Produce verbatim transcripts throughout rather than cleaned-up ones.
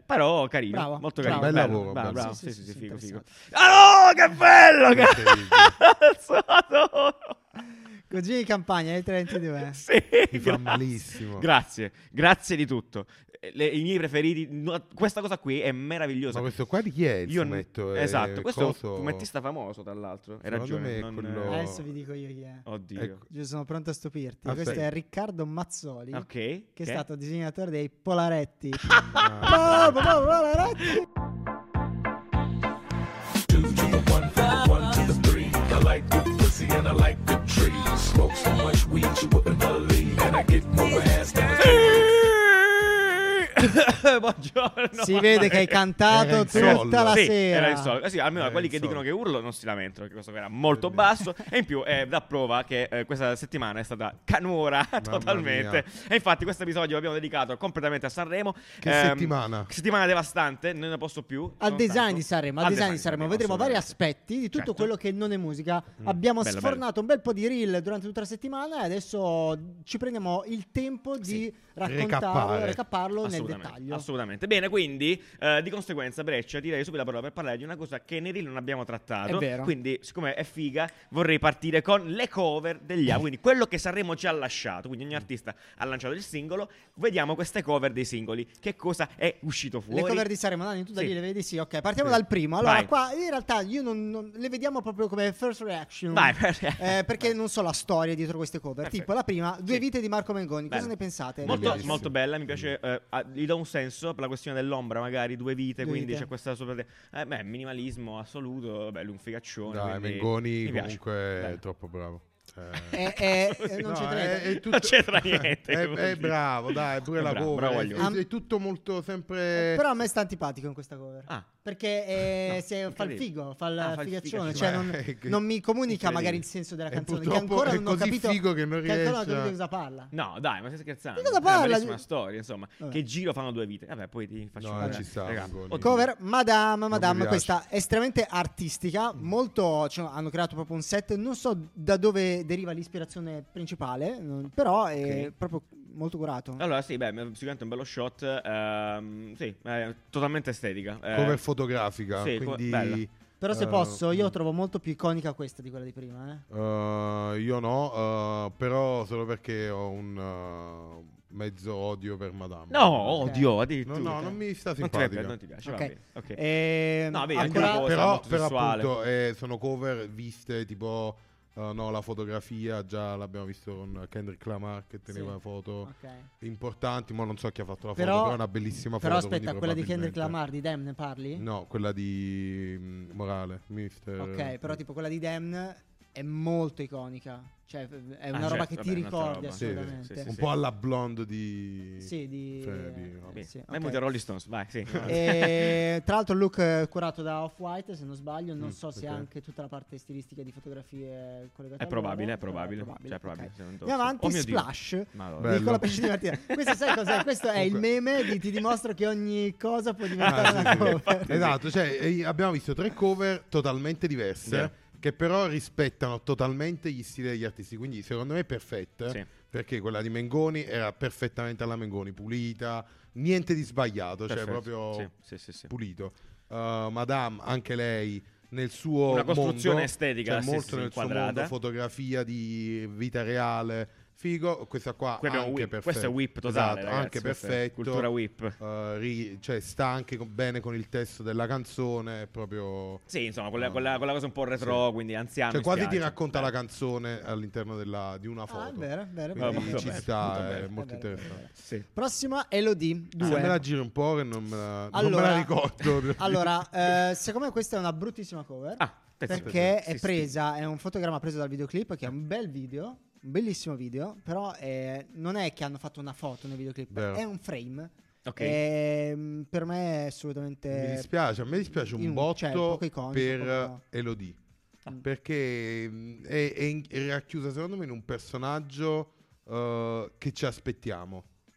però carino, bravo, molto bravo, carino. bel bello, lavoro, bravo, bello. bravo. Sì, Sì, sì, sì, sì, sì, figo, figo. interessante. Ah, no, che bello, Incredibile. cazzo, adoro. Cugini di campagna del trentadue. Sì, Mi fa grazie. malissimo. Grazie, grazie di tutto. Eh, le- I miei preferiti. no, questa cosa qui è meravigliosa. Ma questo qua di chi è il Io- fumetto? È Esatto, questo è coso- un fumettista famoso, tra l'altro. Hai Secondo ragione. me è non- quello- Adesso vi dico io chi è. Oddio. Ecco. Io sono pronto a stupirti. Aspetta. Questo è Riccardo Mazzoli, Ok. che è che? stato disegnatore dei Polaretti. Ah, Oh, oh, oh, Polaretti! Two to the one, from the one to the three. I like good pussy and I like good trees. Smoke so much weed you wouldn't believe, and I get more ass than a Buongiorno. Si vede che hai cantato Era il tutta sol. la Sì, sera. era il solo. Eh sì, almeno Era quelli il che solo. dicono che urlo non si lamentano, perché questo era molto basso. E in più eh, dà prova che eh, questa settimana è stata canora totalmente. mia. E infatti questo episodio l'abbiamo dedicato completamente a Sanremo. Che Ehm, settimana? Settimana devastante, non ne posso più. Al sono design stanco. di Sanremo, al Al design di Sanremo vedremo vari assolutamente. aspetti di tutto Certo. quello che non è musica. Abbiamo bello, sfornato un bel po' di reel durante tutta la settimana e adesso ci prendiamo il tempo di Sì. raccontarlo, Recapare. recapparlo nel Assolutamente, dettaglio. assolutamente. Bene, quindi eh, di conseguenza, Breccia, ti darei subito la parola per parlare di una cosa che nei reel non abbiamo trattato. È vero. Quindi, siccome è figa, vorrei partire con le cover degli album. Quindi quello che Sanremo ci ha lasciato. Quindi ogni artista ha lanciato il singolo. Vediamo queste cover dei singoli. Che cosa è uscito fuori? Le cover di Sanremo, Dani, tu da Sì. lì le vedi? Sì, ok. Partiamo Sì. dal primo. Allora, Vai. qua in realtà io non, non- le vediamo proprio come first reaction. Vai, Eh, perché non so la storia dietro queste cover. Perfetto. Tipo la prima, Due Sì. vite di Marco Mengoni. Cosa Bello. ne pensate? Molto, Bellissimo. molto bella, mi piace. eh, ah, gli do un senso per la questione dell'ombra, magari due vite. Due quindi vite. c'è questa sopra. Eh, beh, minimalismo assoluto. Vabbè, lui è un figaccione. Dai, quindi Mengoni mi piace. comunque è Bello. troppo bravo. Cioè- Eh, eh, eh, non No, c'entra è, niente. è tutto- Non c'entra niente, È, che vuol è dire. bravo, dai, pure È la bravo, cover. bravo è, Aglione. è- è tutto molto sempre. Però a me sta antipatico in questa cover. Ah. Perché eh, No, se fa il incredibile. figo, fa il Ah, fa il figaccione, figaccione. cioè non, Eh, che- non mi comunica incredibile. magari il senso della E canzone, che purtroppo ancora è non ho così capito, figo che non che ancora non ho riesce capito a- di cosa parla. No, dai, ma stai scherzando? Di cosa È una parla? bellissima storia, insomma. Vabbè. Che giro fanno due vite. Vabbè, poi ti faccio No, vedere. ci sta, Raga, Mengoni. oddio. Cover Madame, mi Madame, piace. questa estremamente artistica, molto, cioè, hanno creato proprio un set, non so da dove deriva l'ispirazione principale, non- però è Ok. proprio molto curato. Allora, sì, beh, sicuramente un bello shot. ehm, sì, eh, totalmente estetica. eh, Cover fotografica. sì, co- quindi. bella. Però se eh, posso, io trovo molto più iconica questa di quella di prima, eh. eh, io no, eh, però solo perché ho un eh, mezzo odio per Madame. No, odio, No, addirittura. no, non mi sta Non ti, simpatica. non ti piace, Ok. va bene. Ok. E, No, vedi, ancora- anche una cosa però, molto però sessuale. appunto eh, sono cover viste tipo eh, no, la fotografia già l'abbiamo visto con Kendrick Lamar che teneva Sì. foto ok. importanti, ma non so chi ha fatto la foto, Però- però è una bellissima Però foto. aspetta, quindi quella di Kendrick probabilmente- Lamar di Dem ne parli? No, quella di mm, Morale, mister Ok, però tipo quella di Dem è molto iconica. Cioè è una Ah, roba certo, che ti vabbè, un'altra ricordi roba. Sì, assolutamente. sì, sì, un sì. po' alla blonde di Sì, di... Cioè, di- eh, Beh, sì, Benvenuti ok. a Rolling Stones, vai, sì. E, tra l'altro look eh, curato da Off-White, se non sbaglio, non Mm, so se ok. anche tutta la parte stilistica di fotografie collegate È a probabile, loro, è probabile. però Cioè, è probabile. ok. se non Andiamo indosso. avanti, Oh mio Dio. Splash Madonna. Bello. Nicola Pesce di Martina. Questo sai cos'è? Questo è il Comunque- meme di ti dimostro che ogni cosa può diventare Ah, una sì, sì. cover. Esatto, cioè eh, abbiamo visto tre cover totalmente diverse Vero. che però rispettano totalmente gli stili degli artisti, quindi secondo me è perfetta, Sì. perché quella di Mengoni era perfettamente alla Mengoni, pulita, niente di sbagliato, Perfetto. cioè proprio Sì, sì, sì, sì. pulito. Uh, Madame, anche lei nel suo Una costruzione mondo, estetica, cioè sì, molto sì, nel inquadrata. suo mondo, fotografia di vita reale, figo. Questa qua Qui abbiamo anche whip. perfetta. Questo è whip totale, Esatto, ragazzi, anche questo è perfetto. cultura whip. Uh, ri- cioè sta anche con- bene con il testo della canzone, è proprio Sì, insomma, quella, quella- quella cosa un po' retro, Sì. quindi anziano. cioè mi quasi ti spiace. racconta la Bello. canzone all'interno della- di una foto. Ah, è vero, è vero, è Quindi vero, molto ci bello, sta, molto è bello. molto È vero, è interessante. vero. Sì. Prossima Elodie Se me la due. giro un po' che non me la, non Allora- me la ricordo. Allora, eh, secondo me questa è una bruttissima cover. Ah, attenzione. Perché Sì, è sì. presa, è un fotogramma preso dal videoclip che è un bel video, un bellissimo video, però eh, non è che hanno fatto una foto nel videoclip, Vero. è un frame. Ok. E, mm, per me è assolutamente Mi dispiace, a me dispiace un in- botto cioè, poco iconico, per poco- Elodie. Ah. Perché mh, è, è in- è racchiusa secondo me in un personaggio uh, che ci aspettiamo.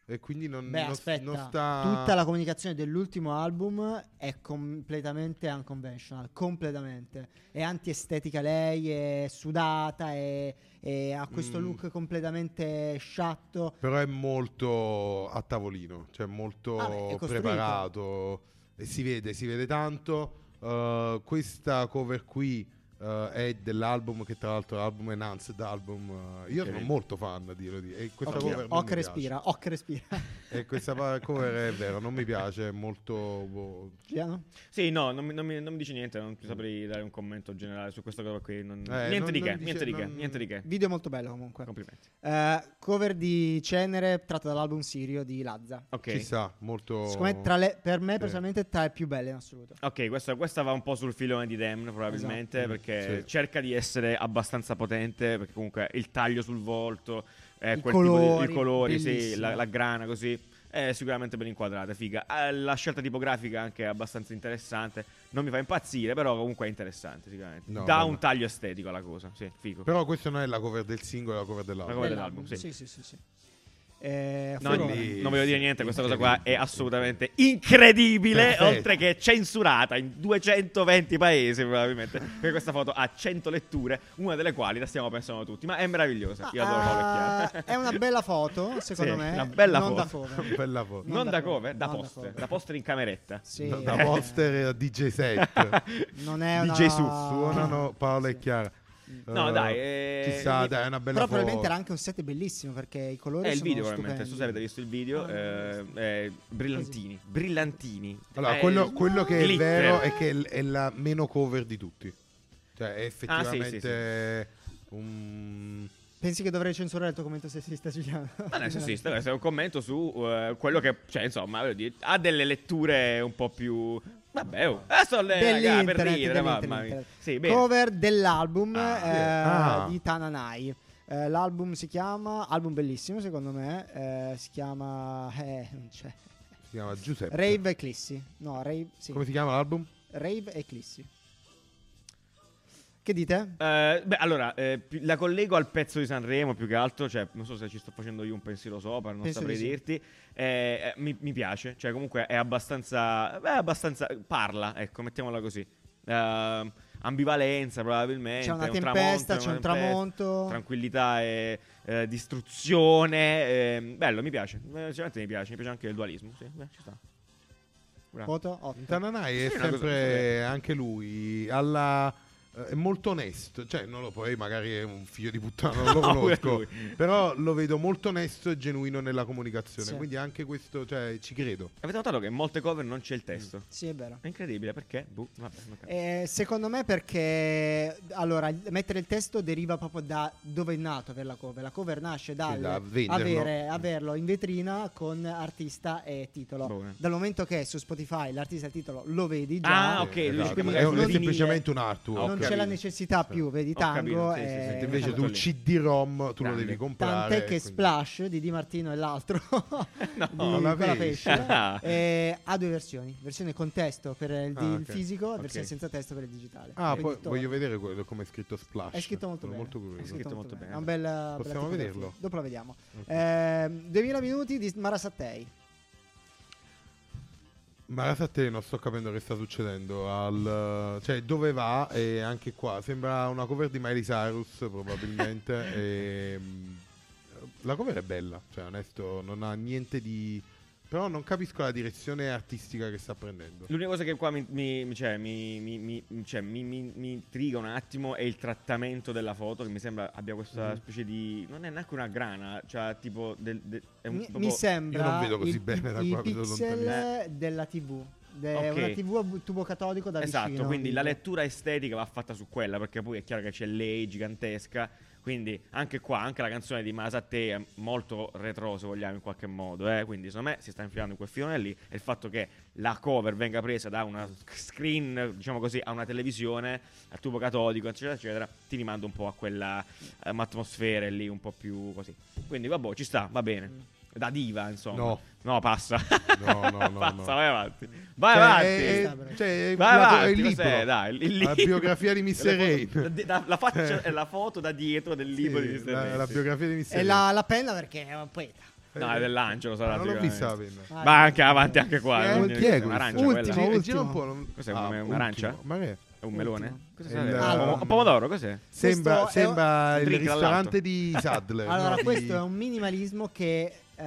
e quindi non, Beh, non, aspetta, non sta... tutta la comunicazione dell'ultimo album è completamente unconventional, completamente. È antiestetica lei, è sudata, è, è- ha questo Mm. look completamente sciatto. Però è molto a tavolino, cioè molto Ah, beh, è costruito. preparato e si vede, si vede tanto. Uh, questa cover qui uh, è dell'album che tra l'altro è l'album Enhanced album. Uh, io Ok. sono molto fan, a dire di e questa Occhi, cover non occhi mi respira, piace. occhi respira. E questa pa- cover è vero, non mi piace, è molto boh, Giuliano? Sì, no, non mi, non mi- non mi dice niente, non ti saprei dare un commento generale su questa cosa qui. non- Eh, niente non- di non che, dice- niente di che, non- niente di che. Video molto bello comunque. Complimenti. Eh, cover di Cenere tratta dall'album Sirio di Lazza. Ok. chissà, molto Secondo me tra le- per me Sì. personalmente tra le più belle in assoluto. Ok, questa, questa va un po' sul filone di Damn probabilmente, Esatto. perché Sì. cerca di essere abbastanza potente, perché comunque il taglio sul volto, eh, I quel tipo colori, di i colori, sì, bellissimo. la, la grana così, è sicuramente ben inquadrata, figa. Eh, la scelta tipografica anche è abbastanza interessante, non mi fa impazzire, però comunque è interessante sicuramente. No, Dà bello. un taglio estetico alla cosa, sì, figo. Però questa non è la cover del singolo, è la cover dell'album. La cover dell'album, sì. Sì, sì, sì, sì. Eh, No, furore. lì- non voglio dire niente, questa cosa qua è incredibile. assolutamente incredibile, Perfetto. oltre che censurata in duecentoventi paesi probabilmente, perché questa foto ha cento letture, una delle quali la stiamo pensando tutti, ma è meravigliosa. Io adoro Paolo Ah, Chiara. è una bella foto, secondo Sì, me. una bella non foto. da cover. Bella foto. non Non da da cover, cover, da non da poster, cover. da poster in cameretta. Sì, Da, da eh, poster a D J set. non è D J una... su, Suonano Paolo e Chiara. No, Eh, dai, eh, chissà, mi- dai, è una bella Però foto. probabilmente era anche un set bellissimo perché i colori È il sono video probabilmente, non so se stupendi. avete visto il video, Ah, eh, eh, brillantini, brillantini. Allora, Eh, quello, quello che è glitter. vero è che è la meno cover di tutti. Cioè, è effettivamente Ah, sì, un... Pensi che dovrei censurare il tuo commento sessista, Giuliano? Ma non è sessista, questo è un commento su eh, quello che, cioè, insomma, voglio dire, ha delle letture un po' più. Vabbè, oh. Adesso le raga, per Dell'internet, ridere, mamma dell'internet. mia. Sì, bene. Cover dell'album Ah, eh, sì. Ah. di Tananai. Eh, l'album si chiama, album bellissimo secondo me, eh, si chiama, eh, non c'è. Si chiama Giuseppe. Rave Eclissi. No, Rave, sì. Come si chiama l'album? Rave Eclissi. Che dite? Eh, beh, allora, eh, pi- la collego al pezzo di Sanremo più che altro, cioè, non so se ci sto facendo io un pensiero sopra, non Penso saprei di sì. dirti. Eh, eh, mi, mi piace, cioè, comunque è abbastanza, beh, abbastanza, parla, ecco, mettiamola così. Eh, ambivalenza probabilmente. C'è una un tempesta, tramonto, c'è un una tempesta, tramonto. tranquillità e eh, distruzione. eh, bello, mi piace, eh, sinceramente mi piace, mi piace anche il dualismo, sì, beh, ci sta. Bravo. Foto? otto. Tananai è Sì, una cosa- sempre anche lui alla eh, è molto onesto, cioè non lo poi magari è un figlio di puttana, non lo No, pure conosco, lui. però lo vedo molto onesto e genuino nella comunicazione, Sì. quindi anche questo, cioè ci credo. Avete notato che in molte cover non c'è il testo? Sì, è vero. È incredibile, perché? Boh, vabbè, non capisco. Eh, secondo me perché allora il- mettere il testo deriva proprio da dove è nato per la cover. La cover nasce dal da venderlo. avere, averlo in vetrina con artista e titolo. Buono. Dal momento che su Spotify l'artista e il titolo lo vedi già, Ah, ok, Sì, tu dici esatto. che quindi è, magari un- sul è vinile- semplicemente un artwork. Ho non c'è capito. la necessità più, vedi Ho capito, tango. sì, sì, sì. e- Invece Esatto tu lì. C D-ROM tu Grande. lo devi comprare. Tant'è che quindi- Splash di Di Martino e l'altro No, di non la quella vedi? pesce eh, ha due versioni, versione con testo per il, Ah, il ok. fisico e Ok. versione senza testo per il digitale. Ah, Quindi poi tutto- voglio vedere quello, come è scritto Splash. È scritto molto Sono bene. molto curioso. È scritto molto bene. È una bella, bella Possiamo tipografia. vederlo? Dopo la vediamo. Ok. Ehm, duemila minuti di Marasattei. Ma a te non sto capendo che sta succedendo. Al, cioè, dove va? E anche qua sembra una cover di Miley Cyrus, probabilmente. e, mh, la cover è bella, cioè, onesto, non ha niente di. Però non capisco la direzione artistica che sta prendendo. L'unica cosa che qua mi, mi, cioè, mi, mi, mi, cioè, mi, mi, mi intriga un attimo è il trattamento della foto, che mi sembra abbia questa Mhm. specie di. Non è neanche una grana, cioè tipo. Del, del- è un, Mi, proprio- mi sembra io non vedo così i, bene da i qua, vedo pixel lontanissimo. della tivù. De- Ok. Una tivù a bu- tubo catodico da Esatto, vicino. quindi di- la lettura estetica va fatta su quella, perché poi è chiaro che c'è lei gigantesca. Quindi anche qua, anche la canzone di Marasattei è molto retro, se vogliamo, in qualche modo. Eh? Quindi secondo me si sta infilando in quel filone lì. E il fatto che la cover venga presa da una screen, diciamo così, a una televisione, al tubo catodico, eccetera, eccetera, ti rimanda un po' a quella um, atmosfera lì, un po' più così. Quindi vabbè, ci sta, va bene. Da diva, insomma. No. No, passa. No, no, no, passa, no. vai avanti. Vai Cioè, avanti. è- Sta, però. cioè, è Vai la- avanti, è il cos'è? libro. Dai, il, il La libro. biografia di mister La foto- Rain. da- la, faccia è la foto da dietro del libro Sì, di mister la, Rain, la sì. biografia di mister E Rain. la, la penna perché è un poeta. No, è dell'angelo sarà. Ah, non l'ho vista la sicuramente. penna. Ah, Ma anche avanti, anche qua. Chi è? quindi Chi è è questo? un'arancia Ultimo, quella. Sì, ultimo. gira un po', non- Cos'è, Ah, un- un'arancia? ultimo. Ma che è? È un melone? Ultimo. Cosa Il- sarebbe? Allora- Un pomodoro, cos'è? Sembra, Questo è- sembra il drink ristorante di Sadler. Allora, no? questo Di- è un minimalismo che eh,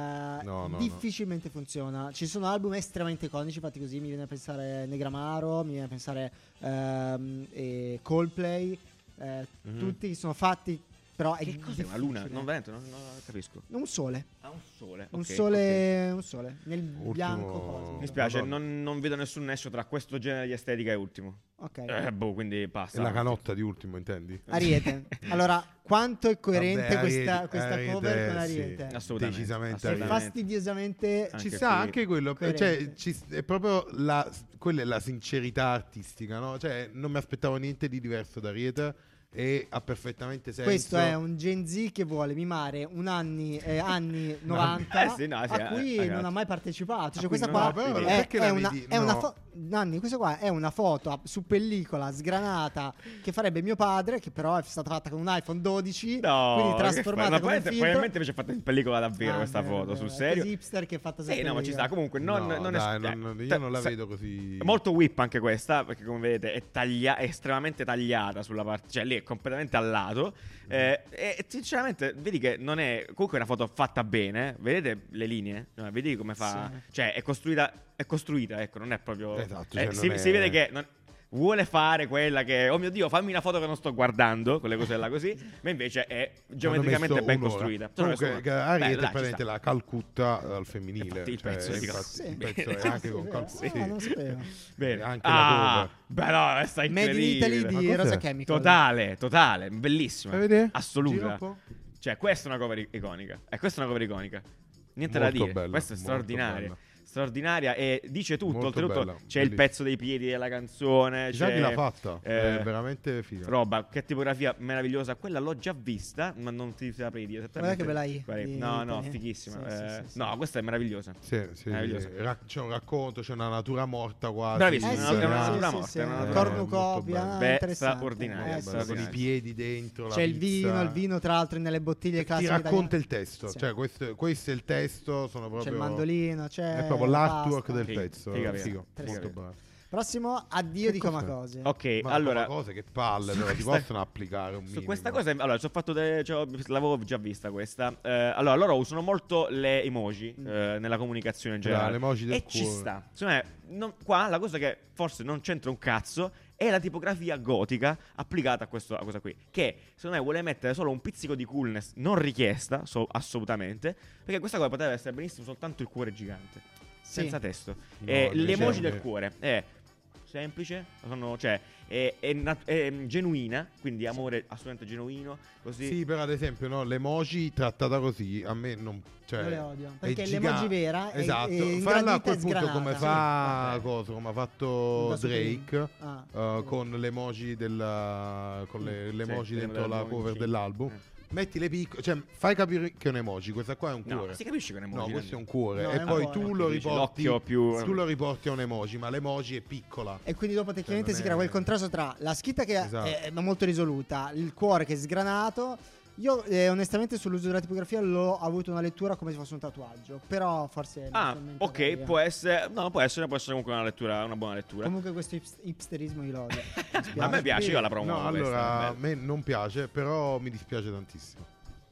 no, no. difficilmente funziona. Ci sono album estremamente iconici fatti così. Mi viene a pensare Negramaro, mi viene a pensare ehm, e Coldplay. eh, Mhm. Tutti che sono fatti, però è Che cos'è una luna? difficile. Non veramente, non, non capisco. Un sole, Ah, un sole. un ok, sole, un sole nel Ultimo- bianco cosmico. ok. Mi spiace, Madonna. non, non vedo nessun nesso tra questo genere di estetica e ultimo. Ok. Eh, boh, quindi È basta. la canotta di ultimo, intendi? Ariete. Allora, quanto è coerente Vabbè, questa, Ariete- questa Ariete, cover con sì. Ariete? Assolutamente. Decisamente È assolutamente. fastidiosamente Anche Ci qui. sta anche quello, coerente. cioè, ci- è proprio la, quella è la sincerità artistica, no? Cioè, non mi aspettavo niente di diverso da Ariete e ha perfettamente senso. Questo è un Gen Z che vuole mimare un anni, eh, anni novanta Eh sì, no, sì, a cui eh, non ha mai partecipato. Cioè, A cui questa non qua ha- però è, perché è la una, vedi? è una No. fo- Nanni, questa qua è una foto a- su pellicola sgranata che farebbe mio padre, che però è stata fatta con un iPhone dodici, No, quindi che trasformata fa- ma con un probabilmente, filtro. probabilmente invece è fatta in pellicola davvero Ah, questa vero, foto, vero, sul è serio. così hipster che è fatta Sì, sempre no, ma ci sta. Comunque, non, No, non dai, è non- non- io te- non la sa- vedo così. È molto whip anche questa, perché come vedete è, taglia- è estremamente tagliata sulla parte, cioè lì è completamente al lato. eh, e sinceramente, vedi che non è comunque una foto fatta bene. Vedete le linee? No, vedi come fa? Sì. Cioè, è costruita, è costruita, ecco, non è proprio. Esatto, eh, cioè, si, non è- si vede che non- vuole fare quella che, oh mio Dio, fammi una foto che non sto guardando, quelle cose là così, ma invece è geometricamente Hanno ben messo costruita. un'ora. Sono messo Comunque, un'ora. Ariete Beh, è dai, ci praticamente sta. la Calcutta al femminile. Infatti il cioè, pezzo di- infatti Sì. il pezzo è Bene. anche con Sì, Calcutta. no, non lo sapevo. Bene. Anche la ah, beh, no, questa è Made in incredibile. Italy Ma di cos'è? Rosa Chemical. Totale, totale, bellissima. Fai vedere? Gira Assoluta. un po'. Cioè, questa è una cover iconica. E questa è una cover iconica. Niente da Molto dire. bella, Questa è molto straordinaria. bella. Straordinaria e dice tutto. Molto Oltretutto bella, c'è il bellissima. pezzo dei piedi della canzone. Chissà c'è chi l'ha fatta. eh, È veramente figa. roba. Che tipografia meravigliosa. Quella l'ho già vista, ma non ti saprei dire Guarda esattamente. che bella I qual è. di No, no, Italy. fighissima. Sì, sì, Eh, sì, sì. No, questa è meravigliosa. Sì, sì, Meravigliosa. sì. Ra- c'è un racconto, c'è una natura morta quasi. Bravissimo, Eh è sì, una- è una sì, natura sì, morta, sì, è una sì. natura cornucopia, morta. Beh, interessante. straordinaria, Eh, Bella, sì, bella, sì, con sì. i piedi dentro. la C'è il pizza. vino, il vino tra l'altro nelle bottiglie Ti classiche racconta italiane. il testo. Sì. Cioè, questo, questo è il testo. Sono proprio. C'è il mandolino, c'è È proprio la l'artwork pasta. del Figo, pezzo. figa, Figo, figa. molto Interessante. bravo. Prossimo, addio Che di cos'è? Comacose. Ok, Ma allora. cose che palle, su però si questa- possono applicare un Su minimo. questa cosa, allora, ci ho fatto de- ci ho- l'avevo già vista questa. Eh, allora, loro usano molto le emoji eh, nella comunicazione in Beh, generale. le emoji del e ci cuore. sta. Secondo me, non- qua la cosa che forse non c'entra un cazzo è la tipografia gotica applicata a, questo, a questa qui. Che secondo me vuole mettere solo un pizzico di coolness non richiesta, so- assolutamente. Perché questa cosa poteva essere benissimo soltanto il cuore gigante. Sì. Senza testo. No, Eh, le invece- emoji del cuore è semplice, sono, cioè è, è nat- è genuina, quindi amore assolutamente genuino, così. Sì, però ad esempio, no, l'emoji trattata così a me non. Cioè, Io le odio, è perché giga- l'emoji vera è- esatto. è Farla ingrandita a e quel punto sgranata. come Sì, fa vabbè. cosa, come ha fatto Da Supreme. Drake Ah, uh, sì. con l'emoji della con le, le Sì, emoji le- dentro le la emoji, cover sì. dell'album. Eh. Metti le piccole, cioè fai capire che è un emoji, questa qua è un No, cuore. si capisce che è un No, emoji. questo è Nanni. un cuore. No, e è un poi cuore. tu lo Dici, riporti. l'occhio più- Tu lo riporti a un emoji, ma l'emoji è piccola. E quindi dopo tecnicamente non si è- crea quel contrasto tra la scritta che Esatto. è, è molto risoluta, il cuore che è sgranato. Io eh, onestamente sull'uso della tipografia l'ho avuto una lettura come se fosse un tatuaggio, però forse Ah, mentalmente ok, varia. può essere. No, può essere, può essere comunque una lettura, una buona lettura. Comunque questo ips- hipsterismo io lo odio. Mi A spiace. me piace, io la No, promuovo. allora a questa, me non piace, però mi dispiace tantissimo.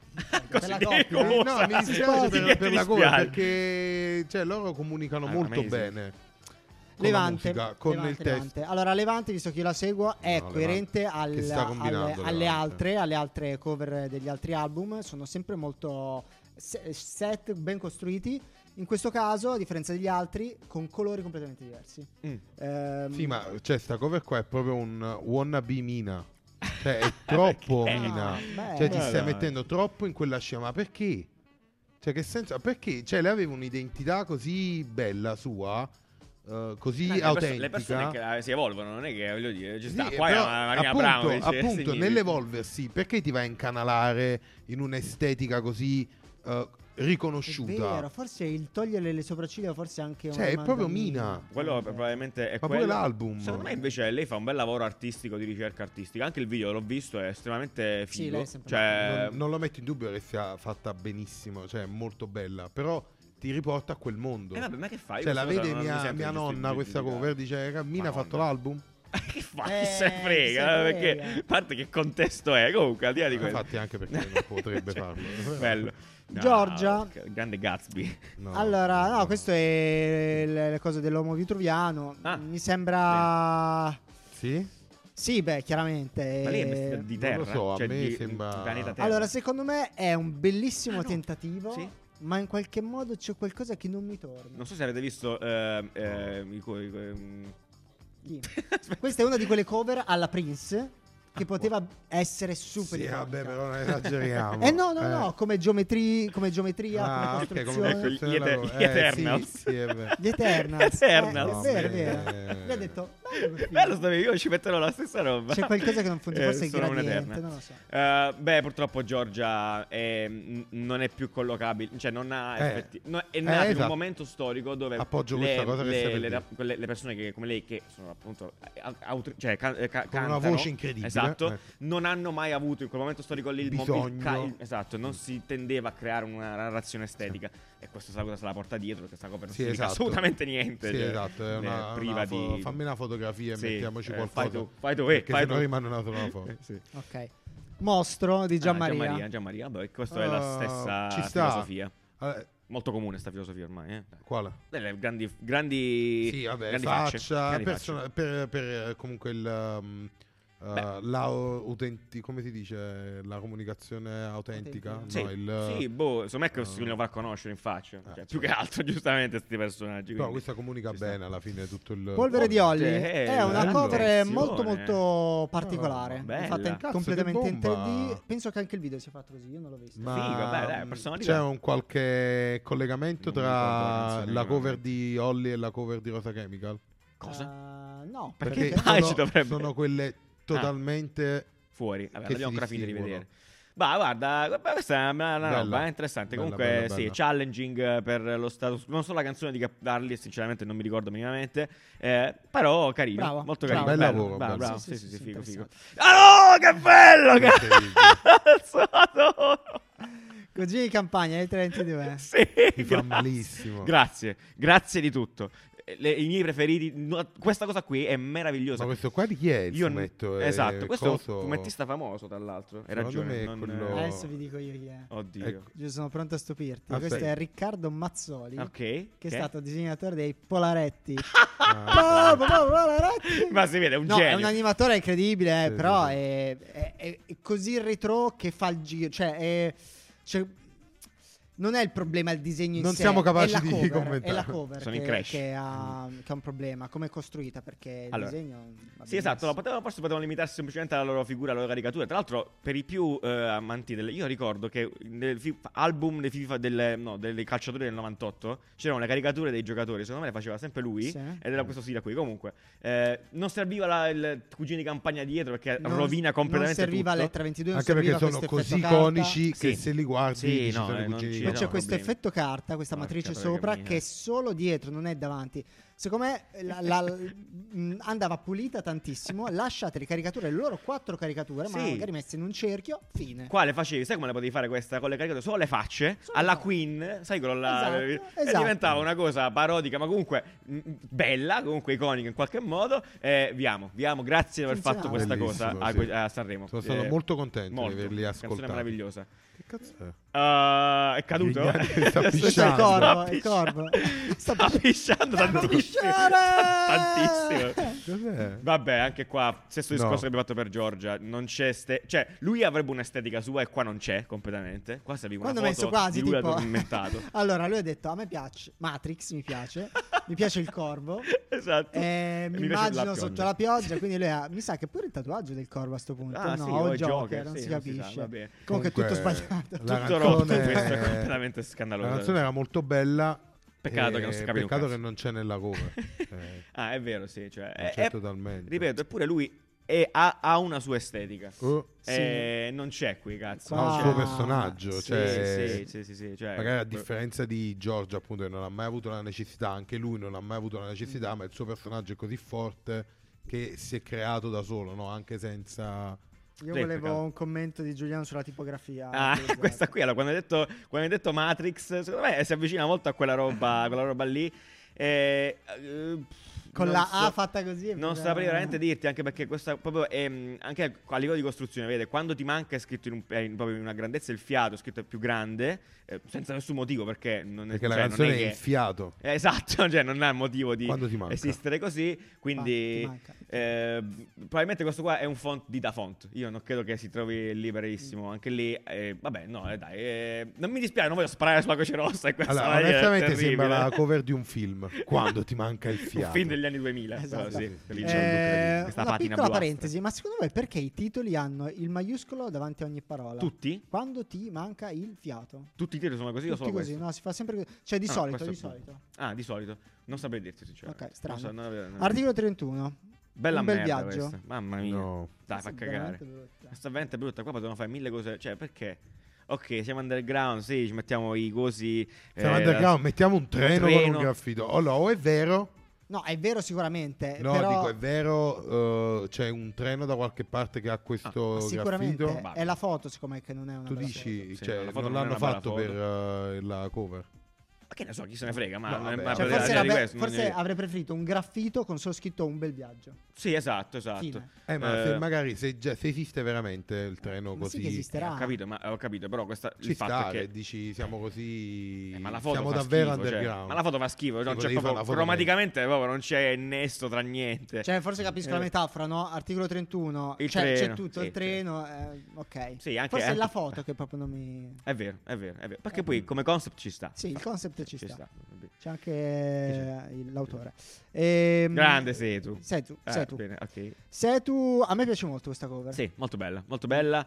Per la Così coppia. dico, Sì, cosa? no, mi dispiace Sì, per, che per ti la cosa dispiace. perché cioè, loro comunicano Ah, molto amazing. bene con Levante, la musica, con Levante, il testo. Levante. Allora Levante, visto che io la seguo, è No, coerente Levante. al- Che sta combinando alle, alle Levante. altre, alle altre cover degli altri album. Sono sempre molto se- set ben costruiti. In questo caso, a differenza degli altri, con colori completamente diversi. Mm. Ehm, Sì, ma cioè, sta cover qua è proprio un wannabe Mina. Cioè, è troppo Perché? Mina. Ah, beh. Cioè, ti Ma stai dai. mettendo troppo in quella scia. Ma perché? Cioè, che senso? Perché? Cioè, lei aveva un'identità così bella sua, eh, così No, le perso- autentica. Le persone che eh, si evolvono, non è che voglio dire, ci Sì, sta. Qua è però, una Marina appunto, Abramovic, appunto significa. nell'evolversi, perché ti vai a incanalare in un'estetica così eh, riconosciuta. È vero, forse il togliere le sopracciglia forse anche una Cioè, è proprio mandamina. Mina. Quello Eh, probabilmente è Ma pure quello. l'album. Secondo me invece lei fa un bel lavoro artistico di ricerca artistica. Anche il video l'ho visto, è estremamente Sì, figo. lei è sempre Cioè, non, non lo metto in dubbio che sia fatta benissimo, cioè è molto bella, però ti riporta a quel mondo. eh vabbè, ma che fai? Cioè la Questa vede cosa non mi mia, sento mia di nonna giustificare. questa cover, dice Mina ha fatto Madonna. l'album. Che fa? Eh, Chi se chi frega? se eh, Perché frega. a parte che contesto è, comunque al di là di quello. Infatti anche perché non potrebbe Cioè, farlo. Bello. No, Giorgia. grande Gatsby. No. Allora, no, questo è le, le cose dell'uomo vitruviano. Ah, Mi sembra... Sì? Sì, beh, chiaramente. Ma lei è eh, vestita di non terra. lo so, a cioè me di, sembra- di pianeta terra. Allora, secondo me è un bellissimo Ah, no. tentativo, Sì. ma in qualche modo c'è qualcosa che non mi torna. Non so se avete visto eh, eh, i co- i co- ehm, Sì. Questa è una di quelle cover alla Prince che Ah, poteva essere super Sì, iconica. vabbè, però non esageriamo. Eh no, no, Eh. no, come, geometri- come geometria, Ah, come ok, come costruzione. Ecco, gli costruzione Ete- lavoro. gli Eternals. Sì, sì, è vero. Gli Eternals. Eternals. Eh, è vero, è No, vero. beh. Mi ha detto, bello quel film. bello sto video, io ci metterò la stessa roba. C'è qualcosa che non funziona, Eh, forse il sono gradiente, un'eterna. non lo so. Eh, beh, purtroppo Giorgia è- n- non è più collocabile, cioè non ha Eh. effetti. no, è nato in un esatto. momento storico dove Appoggio le, questa cosa che le- stai per le, dire. quelle- le persone che, come lei, che sono appunto au- aut- cioè, can- eh, ca- Con una cantano, voce incredibile, esatto, eh. non hanno mai avuto in quel momento storico lì il mo- il Bisogno. ca- il- esatto, non si tendeva a creare una narrazione estetica. E questa cosa se la porta dietro perché sta cover non Sì, significa esatto. assolutamente niente. Sì, cioè, esatto, è eh, una, priva una fo- di fammi una fotografia e Sì, mettiamoci eh, qualcosa. fai tu, fai tu, eh, perché fai se no tu. rimane una sola foto. Eh, sì. Ok. Mostro di Gianmaria. Ah, Gianmaria, Gianmaria, vabbè, questa è la Ah, stessa ci sta. filosofia. Allora, Molto comune sta filosofia ormai, eh. quale? Delle grandi grandi Sì, vabbè, grandi faccia, facce, grandi persona- facce. per, per, eh, comunque il um, uh, Beh. la utenti, come si dice, la comunicazione autentica, Autentica. Sì, no, il, sì, boh, insomma è che no. si vogliono far conoscere in faccia, Ah, cioè, cioè. più che altro giustamente questi personaggi. però quindi questa comunica ci sta. bene alla fine tutto il Polvere di Olli Eh, è una bello. cover Attenzione. molto molto particolare. Oh, bella. Fatta in- Cazzo, completamente che in tre bomba. D. Penso che anche il video sia fatto così, io non l'ho visto. Ma Figo, beh, dai, mh, personalità. c'è un qualche collegamento Non mi ricordo la tra canzone, la ma- cover di Holly e la cover di Rosa Chemical? Cosa? Uh, no, Perché perché mai sono, ci dovrebbe- sono quelle totalmente Fuori, vabbè, che l'abbiamo si ancora finito di distinguono. vedere. Ma guarda, guarda, questa è una, una Bella. roba eh, interessante. Bella, Comunque, bella, sì, bella. challenging eh, per lo status. Non so la canzone di Cap Darli, sinceramente non mi ricordo minimamente. Eh, però carino, Bravo, molto bravo. carino. Bel bello, lavoro, bravo, bello. bravo. Sì, Sì, sì, sì, sì, sì, figo, sì, figo. interessante. Ah, no, che bello! Incredibile. Cazzo, adoro. Cugini di campagna del trentadue. Sì, Mi fa grazie. malissimo. Grazie, grazie di tutto. Le- I miei preferiti. no, questa cosa qui è meravigliosa. Ma questo qua di chi è il Io fumetto? È esatto, questo è coso- un fumettista famoso, tra l'altro. Hai Secondo ragione. me è non- quello- Adesso vi dico io chi è. Oddio. Ecco. Io sono pronto a stupirti. Aspetta. Questo è Riccardo Mazzoli, Ok. che è ok. stato disegnatore dei Polaretti. Ah, Po- po- po- Polaretti. Ma si vede, è un No, genio. è un animatore incredibile, eh, Sì, però sì, sì. È, è- è- è così retro che fa il giro. Cioè, è, cioè, non è il problema il disegno in Non sé, siamo capaci è la di cover, commentare. È la cover Sono che, in crash. che ha, che ha un problema. Come è costruita? Perché il Allora, disegno. va Sì, esatto, benissimo. no, potevano- forse potevano limitarsi semplicemente alla loro figura, alla loro caricatura. Tra l'altro, per i più eh, amanti delle... Io ricordo che nel fi- album dei FIFA delle, no, dei calciatori del novantotto c'erano le caricature dei giocatori, secondo me le faceva sempre lui, Sì. ed era questo stile qui. Comunque, eh, non serviva la, il cugino di campagna dietro perché Non- rovina completamente Non serviva tutto. l'E ventidue, non Anche perché serviva sono questo così effetto carta. iconici che Sì. se li guardi Sì, dici no, sono eh, i non cugini ci- di Poi no, c'è Campagna. questo problemi. effetto carta, questa Porca matrice troia, sopra mia. che è solo dietro, non è davanti. Secondo me la- la- mh, andava pulita tantissimo. Lasciate le caricature, le loro quattro caricature, ma Sì. magari messe in un cerchio, fine. Qua le facevi, sai come le potevi fare questa con le caricature? Solo le facce, Solo alla le facce. Queen, sai quello là, Esatto, e esatto. diventava una cosa parodica, ma comunque mh, bella, comunque iconica in qualche modo. Eh, vi amo, vi amo, grazie per aver fatto Funzionava. questa cosa a, Bellissimo, sì. a Sanremo. Sono stato Eh, molto contento molto. di averli Canzone ascoltati. meravigliosa. Che cazzo è? Uh, è caduto? Vignali che sta Adesso Questo è il pisciando. corvo, sta il corvo. pisciando. Sta Sta pisciando tantissimo. pisciare! Tantissimo. Cos'è? Vabbè, anche qua, stesso No. discorso che abbiamo fatto per Giorgia. Non c'è. Ste- cioè, lui avrebbe un'estetica sua e qua non c'è completamente. Qua serviva una Quando ho foto messo quasi di lui tipo addormentato. Allora lui ha detto a me piace Matrix, mi piace, mi piace il corvo. Esatto. Eh, mi mi piace immagino la sotto pioggia. la pioggia, quindi lui ha, mi sa che pure il tatuaggio del corvo a sto punto. Ah, no, sì, o o il il Joker, Joker, non sì, si non si sa, capisce. va bene. Comunque è tutto Comunque, sbagliato. la Tutto canzone- rotto, questo è completamente La scandaloso. canzone era molto bella. Peccato eh, che non si capiva un Peccato cazzo. che non c'è nella cover. Eh, Ah, è vero, sì. Cioè, non è- c'è è- totalmente. ripeto, eppure lui è- ha, ha una sua estetica. Oh, E non c'è qui, cazzo. ha Qua- un non suo c'è. personaggio, sì, cioè, sì, sì, sì, sì, cioè, magari a differenza di George, appunto, che non ha mai avuto la necessità, anche lui non ha mai avuto la necessità, ma il suo personaggio è così forte che si è creato da solo, no? Anche senza... Io Sì, volevo peccato. un commento di Giuliano sulla tipografia. Ah, utilizzata. questa qui, allora, quando hai detto, quando hai detto Matrix, secondo me si avvicina molto a quella roba, quella roba lì. E, eh, Con non la so- A fatta così. è Non proprio- saprei veramente dirti, anche perché questa proprio è, mh, anche a livello di costruzione, vede, quando ti manca è scritto in, un, è in- proprio in una grandezza il fiato, è scritto più grande, eh, senza nessun motivo, perché non è, Perché la cioè, non canzone è è che- il fiato. eh, esatto, cioè non ha motivo di Quando ti manca. esistere così, Ah, quindi ti manca. eh, probabilmente questo qua è un font di da font. Io non credo che si trovi liberissimo anche lì. eh, vabbè, no, eh, dai, eh, non mi dispiace, non voglio sparare sulla Croce Rossa in questa Allora, maniera onestamente terribile. sembra la cover di un film. Quando ti manca il un fiato. film degli anni duemila. Esatto. però sì, Sì, lì sì. c'è il look Eh, di questa una patina piccola bluastra. parentesi, ma secondo voi perché i titoli hanno il maiuscolo davanti a ogni parola? Tutti? Quando ti manca il fiato. Tutti i titoli sono così o Tutti solo così, questo? no, si fa sempre così. Cioè di Ah, solito, questo di è- solito. Ah, di solito. Non saprei dirti sinceramente. Ok, strano. Non so, non avevo- non- Articolo trentuno. Bella un bel merda viaggio. questa. Mamma mia. No. Dai, fa Questa è cagare. veramente brutta. Questa è veramente brutta. Qua potevano fare mille cose. Cioè, perché? Ok, siamo underground, sì, ci mettiamo i cosi. Siamo eh, underground, mettiamo un treno, con treno. un graffito. Oh, no, o è vero? No, è vero sicuramente. No, però dico, è vero, eh, c'è un treno da qualche parte che ha questo ma sicuramente graffito. Vabbè. è la foto, siccome è che non è una Tu bella dici, Sì, cioè, no, la foto non non è l'hanno una bella fatto foto. per eh, la cover. Ma che ne so, chi se ne frega, ma No, non vabbè, è- ma vabbè. Cioè, per- forse, al di là di avre- questo, non forse è- avrei preferito un graffito con solo scritto un bel viaggio. Sì, esatto, esatto. Fine. Eh, ma se Eh, magari se, già- se esiste veramente il treno Ma sì così, che esisterà. Ho capito, ma ho capito, però questa, ci il fatto sta è che che dici siamo così, Eh, ma la foto siamo fa davvero schifo, cioè, underground. ma la foto fa schifo, non Sì, c'è volevi fare proprio una foto cromaticamente proprio non c'è nesto tra niente. Cioè, forse capisco la Eh. metafora, no? Articolo trentuno, Il cioè, c'è treno, tutto sì, il treno, eh, ok. Sì, anche- forse è anche- la foto che proprio non mi... È vero, è vero, è vero. Perché Eh. poi come concept ci sta. Sì, il concept ci, Ci sta. sta. C'è anche il- l'autore. Ehm, Grande Setu. Setu, Eh, Setu. bene, ok. Setu, a me piace molto questa cover. Sì, molto bella, molto bella.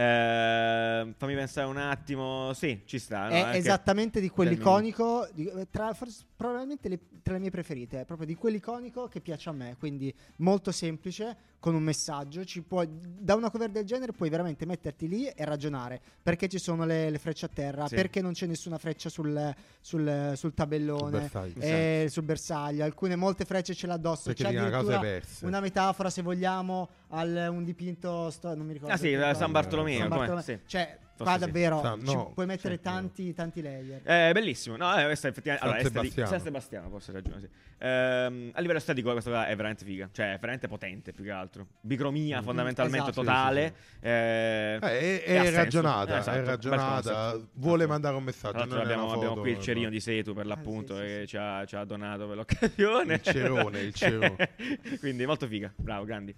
Eh, fammi pensare un attimo. Sì, ci sta. no? È Anche- esattamente di termini- quell'iconico, di- tra, forse, probabilmente le- tra le mie preferite, è proprio di quell'iconico che piace a me, quindi molto semplice, con un messaggio, ci puoi, da una cover del genere puoi veramente metterti lì e ragionare, perché ci sono le, le frecce a terra, Sì. perché non c'è nessuna freccia sul, sul, sul tabellone, bersaglio. eh, sul bersaglio, alcune, molte frecce ce l'ha addosso, Perché c'è di una causa addirittura perse. una metafora, se vogliamo, al un dipinto, sto- non mi ricordo. Ah sì, che San cosa. Bartolomeo. San come- Bartolomeo. sì. Cioè, Forse qua sì. davvero Sa- ci no, puoi mettere certo. tanti, tanti layer. È bellissimo, no? Eh, questa effettivamente. San Allora, esteti- Sebastiano. San Sebastiano, forse hai ragione. Sì. Ehm, a livello estetico, questa qua è veramente figa. Cioè, è veramente potente più che altro. Bicromia, Mm. fondamentalmente Esatto. totale. Sì, sì, Eh, Eh, è, e ha è senso. ragionata, Esatto, è bel ragionata, concept. vuole Esatto. mandare un messaggio. Tra l'altro non è abbiamo, una abbiamo foto, qui il no. cerino di Setu per l'appunto sì, sì, che sì. Ci, ha, ci ha donato per l'occasione. Il cerone, il cerone. Quindi molto figa, bravo, grandi.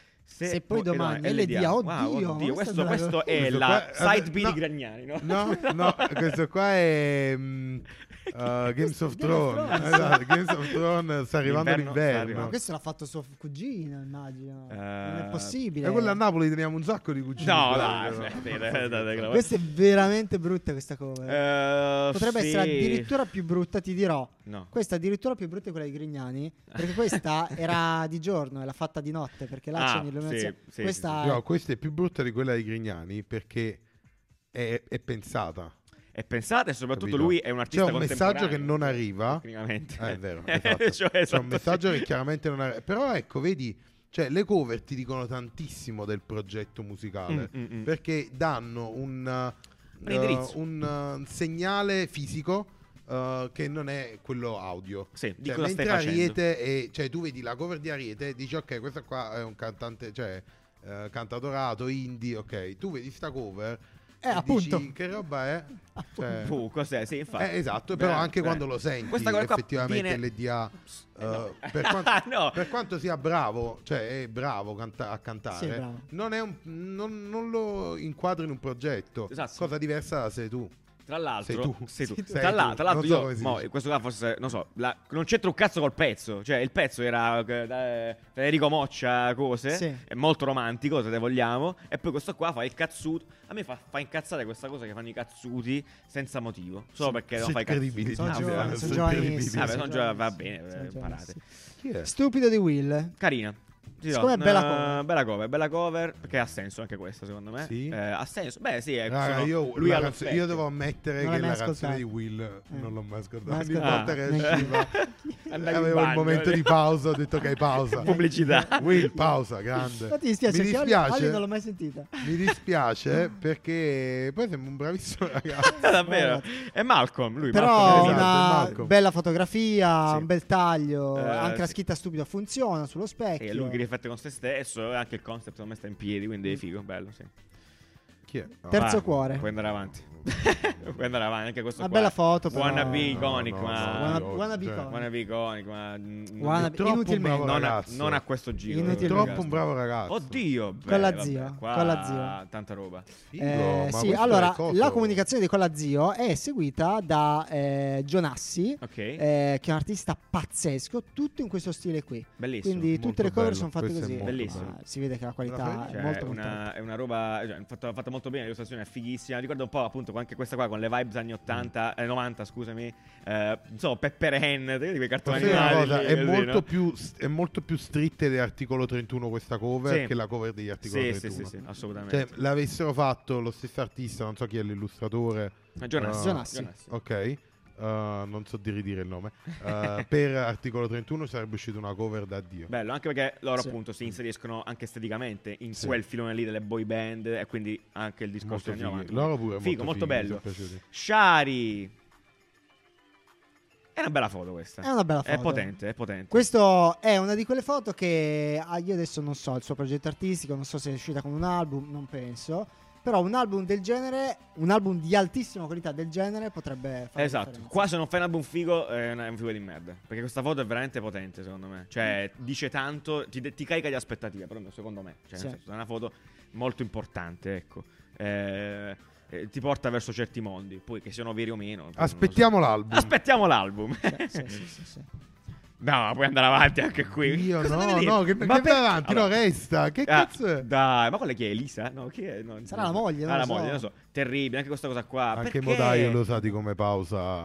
Se poi domani eh, L D A, Wow, oddio, oddio, questa questo, è bella questo cosa. è Questo la qua- side eh, B no. di Gragnani, no? No, no, questo qua è mm, uh, Games of Game of Thrones. Thrones. Esatto, Games of Thrones, sta arrivando L'inverno sta l'inverno. arrivando. Ma questo l'ha fatto suo cugino, immagino. Eh, non è possibile. E quello a Napoli teniamo un sacco di cugini. No, guarda, dai, però. aspetta, dai, dai, dai, Questa è veramente brutta questa cover. Eh, Potrebbe sì. essere addirittura più brutta, ti dirò. No. Questa è addirittura più brutta di quella di Grignani, perché questa era di giorno e l'ha fatta di notte, perché là Ah, c'è l'illuminazione. sì, sì, questa No, questa è più brutta di quella di Grignani perché è, è pensata. E pensate, soprattutto Capito? lui è un artista C'è un messaggio che contemporaneo, non arriva. tecnicamente. Eh, è vero, esatto. Cioè, C'è esatto, un messaggio sì. che chiaramente non arriva. Però ecco, vedi, cioè, le cover ti dicono tantissimo del progetto musicale. Mm, mm, mm. Perché danno un, uh, indirizzo. un uh, segnale fisico uh, che non è quello audio. Sì, di Cioè, cosa stai mentre facendo. Ariete è, cioè tu vedi la cover di Ariete e dici ok, questo qua è un cantante, cioè eh, cantautorato, indie, ok. Tu vedi sta cover Eh, e appunto. dici che roba è? Cioè, Puh, cos'è? Sì, infatti. eh, esatto, però Beh, anche eh. quando lo senti Questa cosa qua effettivamente viene- L D A Eh, no. eh, per, quanto, No. per quanto sia bravo, cioè è bravo canta- a Sì, cantare, è bravo. non, è un, non, non lo inquadri in un progetto, Esatto. cosa diversa da sei tu. Tra l'altro, Sei tu. sei tu. Sei Tra, tu. l'altro, tra l'altro Non so io, come si mo, dice. questo qua forse, non so, la- non c'entra un cazzo col pezzo. Cioè, il pezzo era eh, da- Federico Moccia, cose, Sì. è molto romantico, se te vogliamo. E poi questo qua fa il cazzuto. A me fa, fa incazzare questa cosa che fanno i cazzuti senza motivo, solo perché devono Sono fare i incredibili, Sono cazzuti. no, giovani, sono sono incredibili. giovanissimi. Vabbè, sono giovani, va giovanissimi, bene, sono eh, imparate. giovanissimi. Chi è? Stupido di Will. Carina. Ti do, Secondo me è bella eh, cover. bella cover, bella cover, perché ha senso anche questa, secondo me. Sì? Eh, ha senso. Beh, sì, è, Raga, sono- io, lui la ha lo canzone- specchio. io devo ammettere Non che l'hai la mai canzone ascoltata? di Will Eh. non l'ho mai ascoltata. Mai Ogni ascoltata? volta che Neanch'io. usciva Andavi in avevo il bagno, momento eh. di pausa, ho detto ok, pausa. Pubblicità. Will, pausa, grande. Infatti mi dispiace, Mi che Ali- dispiace. Ali non l'ho mai sentita. Mi dispiace perché poi sembra un bravissimo ragazzo. Davvero. È Malcolm, lui. Però Malcolm, esatto, è una Malcolm. bella fotografia, Sì. un bel taglio, Eh, anche la sì. scritta stupida funziona sullo specchio. E lui che riflette con se stesso, e anche il concept secondo me sta in piedi, quindi Mm. è figo, bello, sì. Chi è? No. Terzo Ah, cuore. Puoi andare avanti. Puoi andare avanti, anche questo Una qua. bella foto, però. Wannabe No, iconic, no, ma... no, Wanna- no, wannabe cioè, iconic. Wannabe iconic, ma... mm, Wannabe- È troppo un inutilmente. bravo non, a, ragazzo. non a questo giro. Inutilmente. Troppo ragazzi. un bravo ragazzo. Oddio, beh, Con la vabbè, zio, qua con la zio. tanta roba. Figo, Eh, ma sì, questo allora è coso. la comunicazione di Colla Zio è seguita da eh, Jonassi, Ok, eh, che è un artista pazzesco, tutto in questo stile qui. bellissimo. Quindi molto tutte le cover bello, sono fatte questo è così. molto Bellissimo. Ma si vede che la qualità Una è Cioè, molto è, molto una, alta. è una roba, cioè, fatta, fatta molto bene, l'illustrazione è fighissima. Ricordo un po' appunto anche questa qua con le vibes anni ottanta, eh, novanta, scusami. Eh, non so, Pepper Hen, di quei cartoni Posso dire una animati cosa, lì, è, così, molto no? più, è molto più stretta dell'articolo trentuno questa cover Sì. che la cover degli articoli Sì, sì, trentuno. sì, sì, assolutamente. Cioè, l'avessero fatto lo stesso artista, non so chi è l'illustratore. Ma Jonassi, Ah. Jonassi. Jonassi. Ok, uh, non so di ridire il nome. Uh, per articolo trentuno sarebbe uscita una cover da Dio. Bello, anche perché loro Sì. appunto si inseriscono anche esteticamente in Sì. quel filone lì delle boy band e quindi anche il discorso Molto degli anni fighi. novanta. Loro pure Figo, molto, molto fighi, mi bello. sono piaciuti. Shari. È una bella foto questa. È una bella È foto. potente, è potente. Questo è una di quelle foto che ah, io adesso non so il suo progetto artistico, non so se è uscita con un album, non penso. Però un album del genere, un album di altissima qualità del genere potrebbe fare Esatto, differenza. qua se non fai un album figo è un, è un figo di merda. Perché questa foto è veramente potente secondo me. Cioè dice tanto, ti, ti carica di aspettative, però secondo me. Cioè, Sì. nel senso, è una foto molto importante, ecco. Eh, eh, ti porta verso certi mondi, poi che siano veri o meno. non lo so. Aspettiamo l'album. Aspettiamo l'album. Sì, sì, sì, sì, sì. No, puoi andare avanti anche qui. Io Cosa no, devi dire? no, che, Ma che per- vai avanti, Allora, no, resta. Che ah, cazzo è? Dai, ma quella chi è? Elisa? No, chi è? No, Sarà la moglie, non Ah, lo la so. moglie, non lo so. Terribile, anche questa cosa qua. Anche Perché? Modaio lo usati come pausa.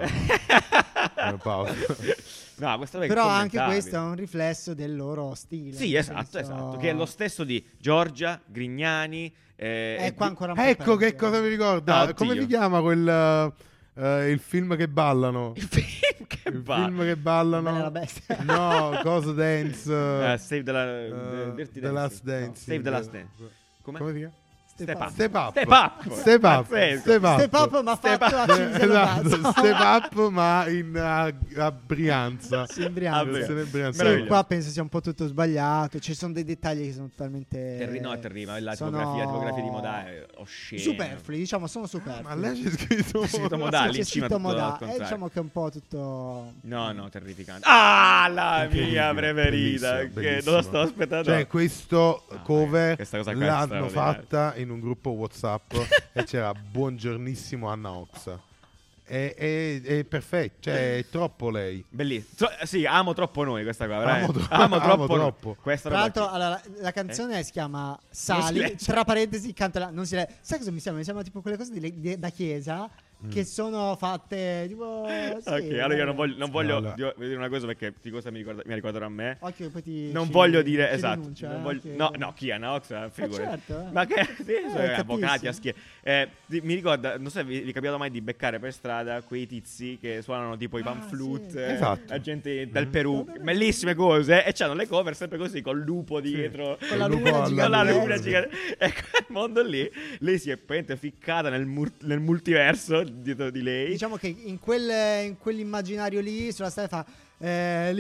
come pausa. No, questa è Però anche commentabile. questo è un riflesso del loro stile. Sì, nel esatto, senso- esatto. Che è lo stesso di Giorgia, Grignani. Eh, È e qua di- ancora un po' Ecco che peggio. cosa mi ricorda. No, Come oddio. si chiama quel eh, il film che ballano? Il film che Il va. film che Bella la ballano. bestia. No, cosa dance. Eh, Save the, la- eh, Dirty The Last Dancing. No, Dance. Save the Last Dance. Come? Come si chiama? Step up. Step up. Step up. Step up. Pazzesco. Step up. Step up ma Step fatto up. a Cinzia Esatto, step up ma in a, a Brianza. Sì, in Brianza. Ah, Versione Brianza. Sì, Meraviglioso. qua penso sia un po' tutto sbagliato. Ci sono dei dettagli che sono totalmente. Terri- no, è terribile. La sono tipografia, la tipografia di Modà è oscena. superflui, diciamo, sono superflui. Ma lei c'è scritto scritto Moda. Modà Sì, lì c'è in cima scritto tutto al Modà. contrario. E diciamo che è un po' tutto. No, no, terrificante. Ah, la mia Incredibile, preferita. bellissimo, Che bellissimo. non lo sto aspettando. Cioè, questo No, cover questa cosa qua è l'hanno straordinaria. fatta in un gruppo WhatsApp e c'era buongiornissimo Anna Oxa. È, è, è perfetto, cioè è troppo lei. Bellissimo. Tro- sì, amo troppo noi questa qua, veramente. Amo tro- amo amo troppo. noi. troppo. Questa Tra roba l'altro, qui. allora, la, la canzone si chiama Sali. si legge. Tra parentesi, canta la. Non si legge. Sai cosa mi sembra? Mi sembra tipo quelle cose di- di- da chiesa che sono fatte tipo. Sì, Ok, allora io non voglio, non voglio Allora. di- dire una cosa perché di cosa mi, ricorda, mi ricorderò a me. Occhio, che poi ti. Non ci- voglio dire, ci esatto. denuncia, non eh, voglio- che- no, no, chi è Naox? Eh, Figurati. certo, eh. Ma che sì, sono Eh, avvocati a capisci. schie. Eh, di- mi ricorda, non so se vi, vi è capitato mai di beccare per strada quei tizi che suonano tipo i Ah, panflute, sì. eh, Esatto. la gente dal Perù, bellissime cose, e c'hanno le cover sempre così col lupo dietro. Con la Il lupo luna alla gigante. Con la luna. luna gigante. E quel mondo lì, lei si è praticamente ficcata nel, mur- nel multiverso dietro di lei. Diciamo che in, quel, in quell'immaginario lì sulla strada fa eh,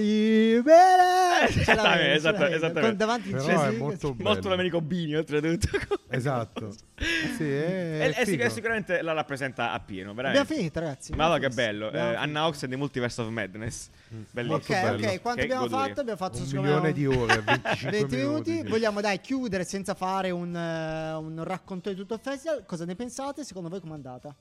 libera. Eh, Ce la esattamente, vedo, ce la esattamente, vedo. esattamente. Con davanti Però c'è è sì, molto che- Molto bello. Domenico Bini, oltretutto. Esatto. Sì, è, E, e sic- figo. e sicuramente la rappresenta appieno, veramente. Abbiamo finito, ragazzi. Ma no, abbiamo che finito. bello. Abbiamo Eh, finito. Anna Ox e The Multiverse of Madness. Bellissimo. Ok, bello. ok. Quanto Che abbiamo goduria. fatto? Abbiamo fatto Un secondo me, milione di ore, venticinque venti minuti. minuti. Vogliamo dai chiudere senza fare un, eh, un racconto di tutto il festival. Cosa ne pensate? Secondo voi com'è andata?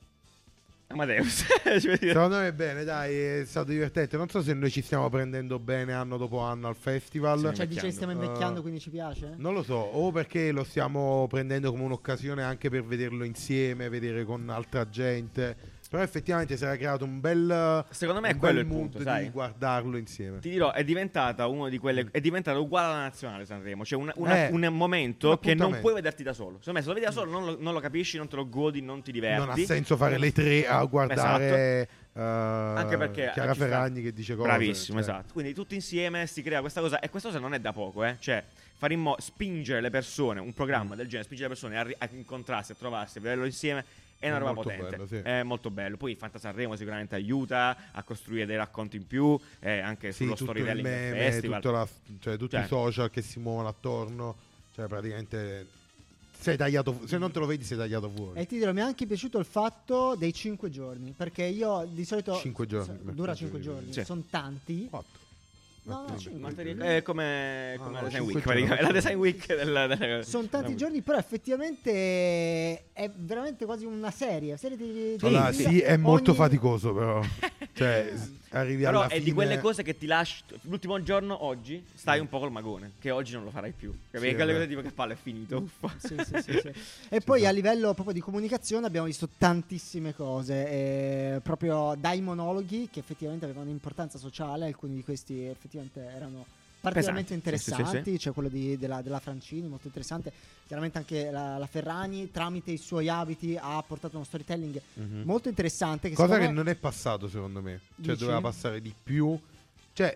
Amadeus. Ci vuoi dire? Secondo me bene, dai, è stato divertente. Non so se noi ci stiamo prendendo bene anno dopo anno al festival. Sì, Cioè, invecchiando. dice stiamo invecchiando, Uh, quindi ci piace? Non lo so, o perché lo stiamo prendendo come un'occasione anche per vederlo insieme, vedere con altra gente. Però effettivamente si era creato un bel Secondo me è un quello bel il mood punto, di sai. guardarlo insieme. Ti dirò, è diventata una di quelle. È diventata uguale alla nazionale Sanremo. Cioè, una- una- Eh, un momento un che non appuntamento. puoi vederti da solo. Secondo me, se lo vedi da solo, non lo, non lo capisci, non te lo godi, non ti diverti. Non ha senso fare le tre a guardare eh, Anche perché Chiara ci sta- Ferragni che dice cose. Bravissimo, cioè. esatto. Quindi tutti insieme si crea questa cosa. E questa cosa non è da poco, eh. Cioè, fare in modo spingere le persone, un programma del genere, spingere le persone a, ri- a incontrarsi, a trovarsi, a vederlo insieme. È una È roba molto potente, bello, sì. è molto bello. Poi Fanta Sanremo sicuramente aiuta a costruire dei racconti in più, eh, anche Sì, sullo tutto il storytelling del meme, festival. tutto la- cioè, tutti Cioè. i social che si muovono attorno. Cioè, praticamente sei tagliato fu- se non te lo vedi sei tagliato fuori. E ti dirò, mi è anche piaciuto il fatto dei cinque giorni, perché io di solito Cinque giorni, s- dura per cinque giorni. giorni, Sì. sono tanti. Quattro. No, no, Martedì, cinque. Martedì- mercoledì. È come, come Ah, la no, Design cinque Week, giorni, praticamente. La cinque Design Week della, della- Sono tanti della- giorni, però effettivamente è veramente quasi una serie. serie di, di- Allora, di- sì, è molto ogni- faticoso, però. Cioè, s- arrivi Però alla è fine. di quelle cose che ti lasci. L'ultimo giorno, oggi, stai un po' col magone. Che oggi non lo farai più. Perché Sì, quelle vabbè. cose tipo che palle è finito. Uffa. Sì, sì, sì, sì. E poi a livello proprio di comunicazione abbiamo visto tantissime cose, eh, proprio dai monologhi che effettivamente avevano un'importanza sociale, alcuni di questi effettivamente erano particolarmente Pesanti, sì, sì, interessanti, sì, c'è quello di- della, della Francini, molto interessante, chiaramente anche la, la Ferragni tramite i suoi abiti ha portato uno storytelling Mhm. molto interessante. Che Cosa secondo che me- non è passato, secondo me. Cioè, Dici? doveva passare di più. Cioè,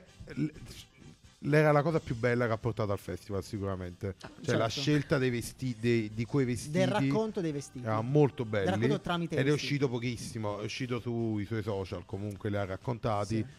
l- era la cosa più bella che ha portato al festival, sicuramente. Cioè, certo. la scelta dei vestiti, di quei vestiti. del racconto dei vestiti. Era molto Del belli. racconto tramite i Ed è vestiti. uscito pochissimo. È uscito sui suoi social. Comunque li ha raccontati. Sì.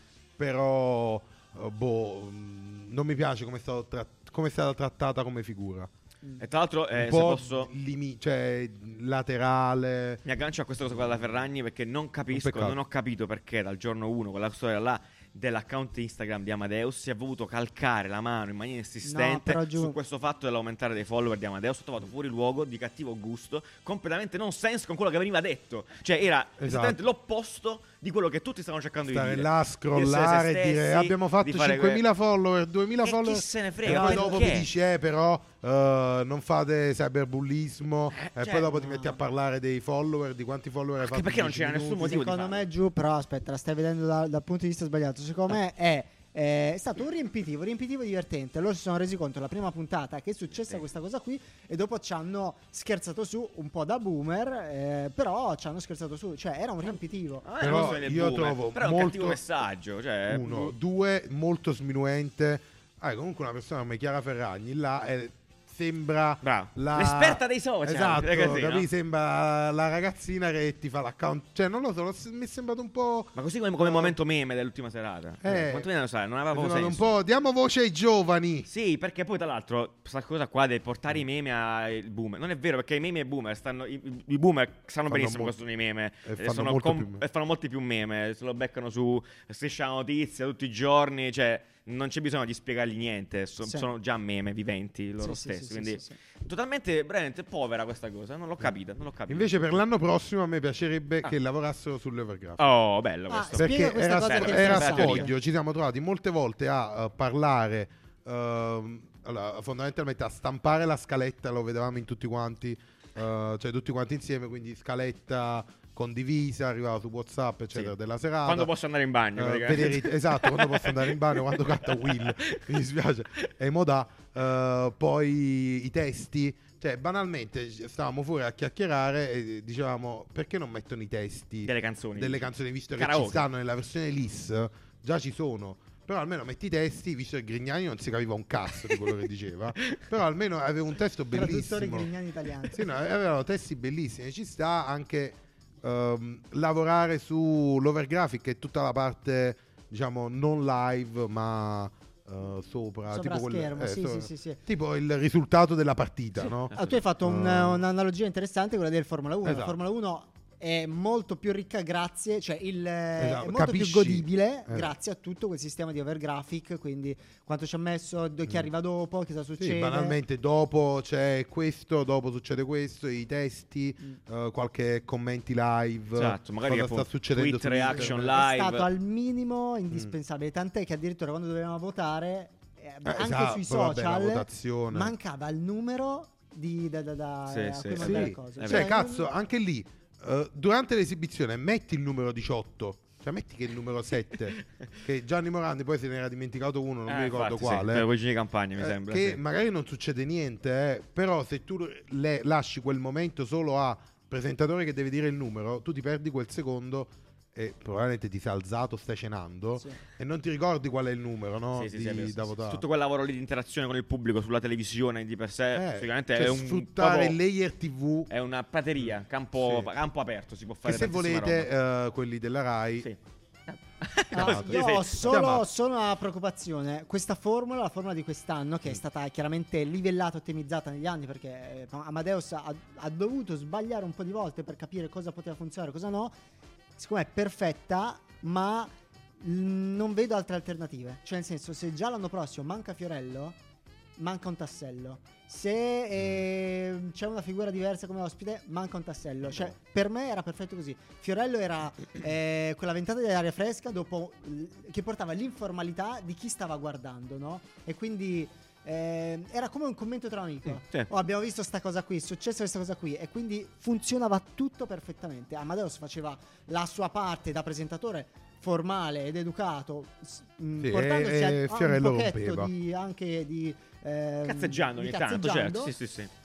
Però, eh, boh, mh, non mi piace come è, stato tra- come è stata trattata come figura. E tra l'altro, eh, Un se po' posso. limi- cioè, laterale. Mi aggancio a questa cosa qua della Ferragni perché non capisco, peccato. non ho capito perché dal giorno uno, quella storia là dell'account Instagram di Amadeus si è voluto calcare la mano in maniera No, insistente però giù- su questo fatto dell'aumentare dei follower di Amadeus. Ho trovato fuori luogo, di cattivo gusto, completamente non sense con quello che veniva detto. Cioè era esattamente l'opposto di quello che tutti stavano cercando di Stare dire. là a Di scrollare essere e se dire stessi, abbiamo fatto di fare cinquemila follower, duemila E follower. chi se ne E frega, poi perché? dopo mi dici eh però eh, non fate cyberbullismo Eh, e cioè, poi dopo ti no. metti a parlare dei follower, di quanti follower hai Anche fatto. perché non in c'era dieci nessun minuti. motivo di Secondo farlo. me giù, però aspetta, la stai vedendo da- dal punto di vista sbagliato. Secondo me è, eh, è stato un riempitivo, riempitivo divertente. Loro si sono resi conto la prima puntata che è successa Sì. questa cosa qui e dopo ci hanno scherzato su un po' da boomer, eh, però ci hanno scherzato su, cioè era un riempitivo. Ah, Però non so del io boomer, trovo però è un molto- cattivo messaggio. Cioè, Uno, due, molto sminuente. Ah, comunque una persona come Chiara Ferragni là è- sembra Bravo. la- L'esperta dei social. Esatto, è così, no? capi? Sembra la ragazzina che ti fa l'account. Cioè, non lo so, lo- mi è sembrato un po'. Ma così come, come momento meme dell'ultima serata. Eh. Quanto meno lo sai, non aveva mi è proprio sembrato un senso. po'. Diamo voce ai giovani. Sì, perché poi tra l'altro questa cosa qua del portare i meme ai boomer non è vero, perché i meme e i boomer stanno i, i boomer sanno Fanno benissimo molto- cosa sono i meme e e fanno sono molto com- più meme. e fanno molti più meme, se lo beccano su Striscia la Notizia tutti i giorni, cioè non c'è bisogno di spiegargli niente, so- Sì. sono già meme viventi loro Sì, sì, stessi, sì, quindi sì, sì. totalmente veramente povera questa cosa, non l'ho capita, non l'ho capita. Invece, per l'anno prossimo a me piacerebbe Ah. che lavorassero sull'Evergraph. Oh, bello Ah, questo. Spiega Perché questa era, cosa perché era interessante. sfoggio, ci siamo trovati molte volte a eh, parlare, ehm, allora, fondamentalmente a stampare la scaletta, lo vedevamo in tutti quanti, eh, cioè tutti quanti insieme, quindi scaletta condivisa, arrivava su WhatsApp, eccetera, Sì. della serata. Quando posso andare in bagno, Eh, praticamente. vedere- esatto, quando posso andare in bagno, quando canta Will, mi dispiace, e Modà, eh, poi i testi, cioè banalmente stavamo fuori a chiacchierare e dicevamo perché non mettono i testi delle canzoni. delle canzoni, visto che Karaoke. ci stanno nella versione L I S, già ci sono. Però almeno metti i testi, visto che Grignani non si capiva un cazzo di quello che diceva, però almeno aveva un testo Traduttori bellissimo. grignani italiani. Sì, no, avevano testi bellissimi. Ci sta anche ehm, lavorare su l'overgraphic, che è tutta la parte, diciamo, non live, ma eh, sopra, Sopra tipo quel- schermo, eh, sì, sopra- sì, sì, sì. tipo il risultato della partita, no? Ah, tu hai fatto un- Eh. un'analogia interessante, quella del Formula uno. Esatto. La Formula uno è molto più ricca grazie, cioè il, è Esatto, molto capisci. più godibile Eh. grazie a tutto quel sistema di overgraphic, quindi quanto ci ha messo, do- chi Mm. arriva dopo, che cosa succede. Sì, banalmente dopo c'è questo, dopo succede questo, i testi, Mm. eh, qualche commenti live, Esatto, magari cosa appunto sta succedendo tweet su reaction internet. live. È stato al minimo indispensabile, tant'è che addirittura quando dovevamo votare, eh, anche esatto, sui poi vabbè, la social, votazione. mancava il numero di, da, da, da, Sì, a sì, cui sì. mandare Sì, cose. È cioè vero. cazzo, anche lì uh, durante l'esibizione metti il numero diciotto, cioè metti che è il numero sette, che Gianni Morandi poi se ne era dimenticato uno, non Eh, mi ricordo infatti, quale. Sì, per Vigili di Campagna mi eh, sembra. che sì. magari non succede niente, eh, però se tu le lasci quel momento solo a presentatore che deve dire il numero, tu ti perdi quel secondo e probabilmente ti sei alzato, stai cenando Sì. e non ti ricordi qual è il numero, no? Sì, sì, di, sì, è vero. da votare. Tutto quel lavoro lì di interazione con il pubblico sulla televisione di per sé, Eh, sicuramente cioè è un sfruttare proprio- il layer tivù, è una prateria, campo, Sì. campo aperto, si può che fare se tantissima volete roba. eh, quelli della Rai Sì. Ah, Sì, io sì. ho solo, Chiama- solo una preoccupazione. Questa formula, la formula di quest'anno, che è stata chiaramente livellata, ottimizzata negli anni, perché eh, Amadeus ha, ha dovuto sbagliare un po' di volte per capire cosa poteva funzionare, cosa no. Secondo me è perfetta, ma mm, non vedo altre alternative. Cioè, nel senso, se già l'anno prossimo manca Fiorello, manca un tassello. Se eh, c'è una figura diversa come ospite, manca un tassello. Cioè, per me era perfetto così. Fiorello era eh, quella ventata di aria fresca dopo l- che portava l'informalità di chi stava guardando, no? E quindi eh, era come un commento tra un amico. Sì. Oh, abbiamo visto sta cosa qui, è successa questa cosa qui. E quindi funzionava tutto perfettamente. Amadeus faceva la sua parte da presentatore formale ed educato, s- mh, Sì, portandosi e- a, e a un Fiorello pochetto rompeva. di, anche di ehm, Cazzeggiando di ogni tanto, cazzeggiando. certo. Sì, sì, sì.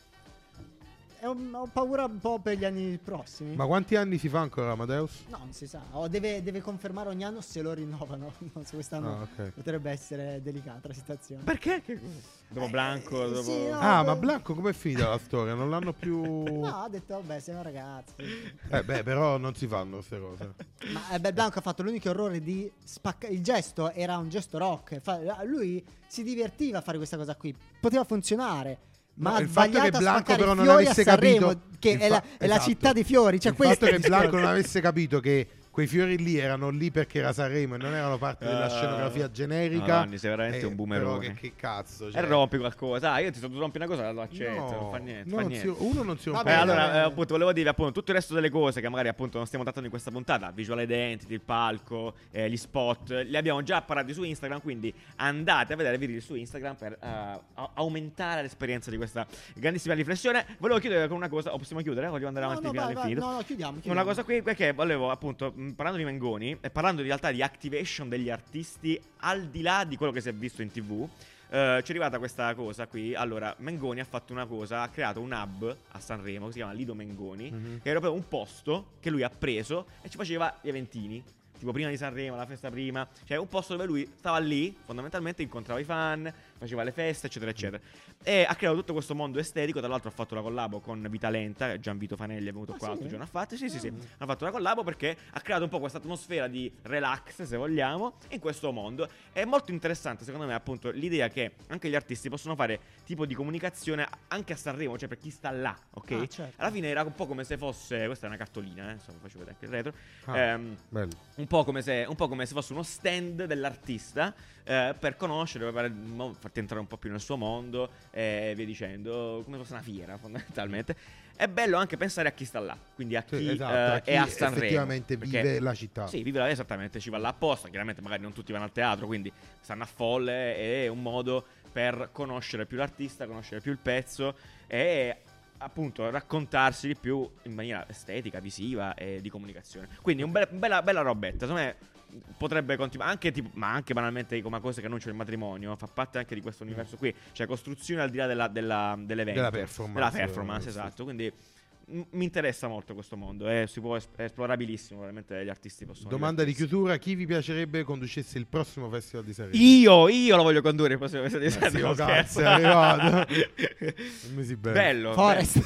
E ho, ho paura un po' per gli anni prossimi. Ma quanti anni si fa ancora Amadeus? No, non si sa. O deve, deve confermare ogni anno se lo rinnovano. Non so, quest'anno Ah, ok. potrebbe essere delicata la situazione. Perché? Che- Dopo Eh, Blanco, eh, dopo... sì, no. Ah, beh- ma Blanco com'è finita la storia? Non l'hanno più... No, ha detto, vabbè, siamo ragazzi. Eh beh, però non si fanno queste cose. Ma eh, beh, Blanco ha fatto l'unico errore di spaccare. Il gesto era un gesto rock. Fa- lui si divertiva a fare questa cosa qui. Poteva funzionare. Ma No, ha il fatto sbagliato che a Blanco spaccare però non fiori avesse a Sanremo, capito che il è, la, fa- è la esatto. città di fiori. Cioè, Il questo fatto è che il Blanco discorso. non avesse capito che quei fiori lì erano lì perché era Sanremo e non erano parte della Ah. scenografia generica. Madonna, sei veramente eh, un boomerone. Però che, che cazzo, E cioè. rompi qualcosa. Ah, io ti sto rompi una cosa, lo accetto. No, non fa niente. no, fa non niente. si- uno non si rompe. Eh, Vabbè, allora, vabbè. eh, appunto, volevo dire appunto tutto il resto delle cose che magari appunto non stiamo trattando in questa puntata, visual identity, il palco, eh, gli spot, li abbiamo già parlati su Instagram, quindi andate a vedere i video su Instagram per eh, a- aumentare l'esperienza di questa grandissima riflessione. Volevo chiudere con una cosa, o possiamo chiudere? Voglio andare No, avanti no, fino vai, vai. all'infinito. no, no, chiudiamo. Una chiudiamo. cosa qui perché volevo appunto mh, parlando di Mengoni e parlando in realtà di activation degli artisti al di là di quello che si è visto in tv, eh, ci è arrivata questa cosa qui. Allora Mengoni ha fatto una cosa, ha creato un hub a Sanremo che si chiama Lido Mengoni, Mhm. che era proprio un posto che lui ha preso e ci faceva gli eventini tipo prima di Sanremo, la festa prima, cioè un posto dove lui stava lì, fondamentalmente incontrava i fan, faceva le feste, eccetera, eccetera. E ha creato tutto questo mondo estetico. Tra l'altro ha fatto la collabo con Vitalenta, Gianvito Fanelli è venuto Ah, qua sì? l'altro giorno a fatti. Sì, sì, sì. Ha fatto una collabo perché ha creato un po' questa atmosfera di relax, se vogliamo, in questo mondo. È molto interessante, secondo me, appunto, l'idea che anche gli artisti possono fare tipo di comunicazione anche a Sanremo, cioè per chi sta là, ok? Ah, certo. Alla fine era un po' come se fosse, questa è una cartolina, eh, insomma, faccio vedere anche il retro. Ah, Ehm, bello. un po' come se, un po' come se fosse uno stand dell'artista, eh, per conoscere, per mo- farti entrare un po' più nel suo mondo e via dicendo, come fosse una fiera fondamentalmente. È bello anche pensare a chi sta là, quindi a chi, Sì, esatto, eh, a chi è a Sanremo. effettivamente perché- vive la città. Sì, vive la- esattamente, ci va là apposta, chiaramente magari non tutti vanno al teatro, quindi stanno a folle, è un modo per conoscere più l'artista, conoscere più il pezzo e appunto raccontarsi di più in maniera estetica, visiva e di comunicazione. Quindi un bel- bella, bella robetta, secondo me potrebbe continuare anche tipo, ma anche banalmente come cose che annunciano il matrimonio, fa parte anche di questo universo qui, cioè costruzione al di là della, della, dell'evento, Della performance. della performance, Sì. esatto. Quindi m- mi interessa molto questo mondo, eh, si può es- è esplorabilissimo, veramente gli artisti possono Domanda di divertirsi. chiusura: chi vi piacerebbe conducesse il prossimo Festival di Sanremo? Io, io lo voglio condurre il prossimo episodio di Eh, sì, Sanremo, oh, scherzo. cazzo, è arrivato. Non mi si bene. Bello, Forest.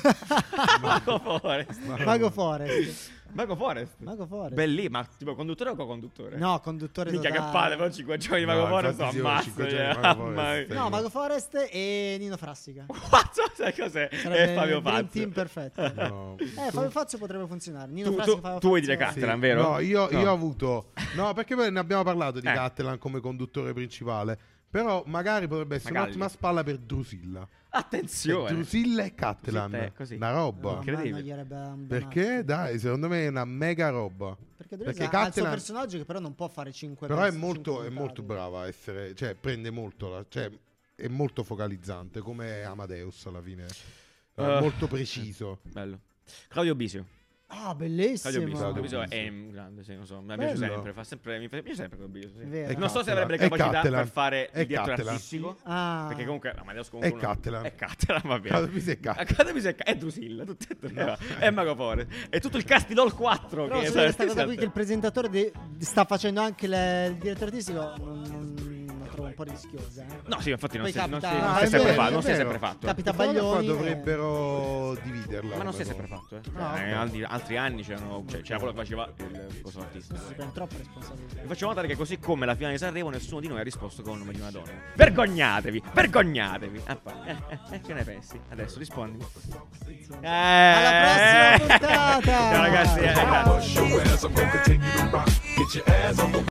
Mago Forest. Mago Forest. Mago Forest. Mago Forest. Belli, ma tipo conduttore o co-conduttore? No, conduttore Minchia che totale. palle, però cinque giorni di No, Mago Forest infatti sono sì, ammazzo. cinque giorni cioè, di Mago mamma Forest. mia. No, Mago Forest e Nino Frassica. Cazzo, sai cos'è? Sarebbe È Fabio il dream Fazio. team perfetto. No. Eh, Fabio Fazio potrebbe funzionare. Nino Tu- Frassica, tu- Fabio tu vuoi dire Fazio- Catalan, vero? No, io, No. io ho avuto. No, perché poi ne abbiamo parlato di Eh. Catalan come conduttore principale. Però magari potrebbe essere Magalli. un'ottima spalla per Drusilla. Attenzione. Drusilla e Catalan. Così, eh, così. Una roba. No, ma Incredibile. non gli avrebbe un Perché donato. dai, secondo me è una mega roba. Perché, perché perché ha il suo Catalan- personaggio che però non può fare cinque Però è pers- molto, cinque è molto puntate. brava a essere, cioè prende molto, la, cioè è molto focalizzante come Amadeus alla fine. È Uh. molto preciso. Bello. Claudio Bisio. Ah, bellissimo. Claudio Bisio, Claudio Bisio è Bisio. un grande, sì, non so, mi piace Bello. sempre, fa sempre, mi piace sempre con Bisio, sì. Vero. Non so se Cattelan. avrebbe le È capacità Cattelan. per fare È il direttore Cattelan. artistico, Ah. perché comunque Amadeus È comunque uno- Cattelan. è Cattelan, va bene. Claudio Bisio è Cattelan. Accade Bisio è Ca- è Drusilla, tutte e tre, è Mago Forest, è tutto il cast di LOL quattro Però che se questa sì, cosa qui sì, che il presentatore de- sta facendo anche le- il direttore artistico non, non la trovo un po' rischiosa. eh. No, sì, infatti non Poi si, non si, capita- non Ah, si è è sempre vero, fatto, è non si è vero. sempre fatto. Capita a Qua Baglioni. dovrebbero dividerla. Ma non si è come sempre cosa. fatto, eh. Ah, Eh, ok. altri, altri anni c'erano, cioè, c'era quello che faceva il coso artistico. Si prende troppa responsabilità. Vi faccio notare che così come la finale di Sanremo nessuno di noi ha risposto con il nome di una donna. Vergognatevi, vergognatevi. Ah, poi, eh, eh, eh, che ne pensi? Adesso rispondi. Eh, Alla prossima puntata! Ciao ragazzi, eh, grazie. Bust your ass, I'm gonna continue to rock. Get your ass on the